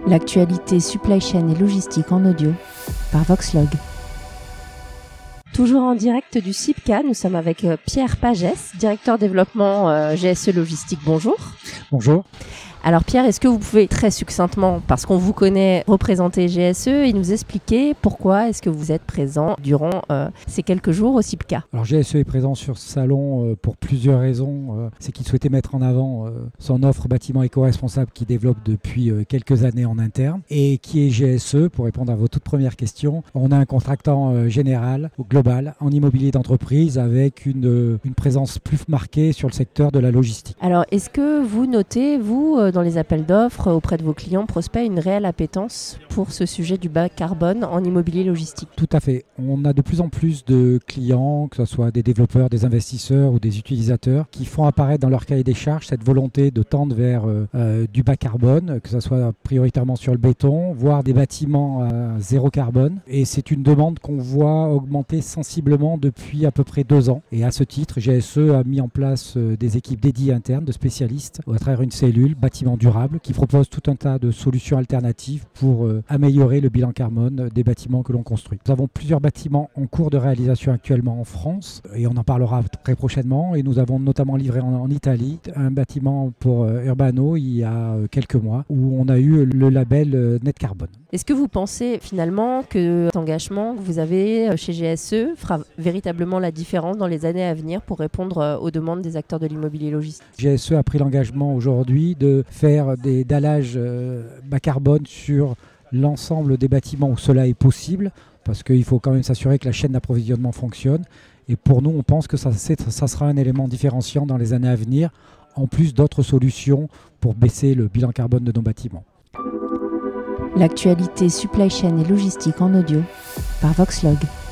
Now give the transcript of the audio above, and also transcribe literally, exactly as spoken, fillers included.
L'actualité supply chain et logistique en audio par Voxlog. Toujours en direct du C I P C A, nous sommes avec Pierre Pagès, directeur développement euh, G S E Logistique. Bonjour. Bonjour. Alors Pierre, est-ce que vous pouvez très succinctement, parce qu'on vous connaît, représenter G S E et nous expliquer pourquoi est-ce que vous êtes présent durant euh, ces quelques jours au C I P C A? Alors G S E est présent sur ce salon euh, pour plusieurs raisons. Euh, c'est qu'il souhaitait mettre en avant euh, son offre bâtiment éco-responsable qu'il développe depuis euh, quelques années en interne. Et qui est G S E? Pour répondre à vos toutes premières questions, on a un contractant euh, général, global, en immobilier d'entreprise avec une, euh, une présence plus marquée sur le secteur de la logistique. Alors est-ce que vous notez, vous, euh, dans les appels d'offres auprès de vos clients prospects, une réelle appétence pour ce sujet du bas carbone en immobilier logistique? Tout à fait. On a de plus en plus de clients, que ce soit des développeurs, des investisseurs ou des utilisateurs, qui font apparaître dans leur cahier des charges cette volonté de tendre vers euh, du bas carbone, que ce soit prioritairement sur le béton, voire des bâtiments à zéro carbone. Et c'est une demande qu'on voit augmenter sensiblement depuis à peu près deux ans. Et à ce titre, G S E a mis en place euh, des équipes dédiées internes de spécialistes à travers une cellule bâtiment durable qui propose tout un tas de solutions alternatives pour euh, améliorer le bilan carbone des bâtiments que l'on construit. Nous avons plusieurs bâtiments en cours de réalisation actuellement en France et on en parlera très prochainement, et nous avons notamment livré en, en Italie un bâtiment pour euh, Urbano il y a euh, quelques mois où on a eu le label euh, Net Carbone. Est-ce que vous pensez finalement que cet engagement que vous avez chez G S E fera véritablement la différence dans les années à venir pour répondre aux demandes des acteurs de l'immobilier logistique? G S E a pris l'engagement aujourd'hui de faire des dallages euh, bas carbone sur l'ensemble des bâtiments où cela est possible, parce qu'il faut quand même s'assurer que la chaîne d'approvisionnement fonctionne. Et pour nous, on pense que ça, ça sera un élément différenciant dans les années à venir, en plus d'autres solutions pour baisser le bilan carbone de nos bâtiments. L'actualité supply chain et logistique en audio par Voxlog.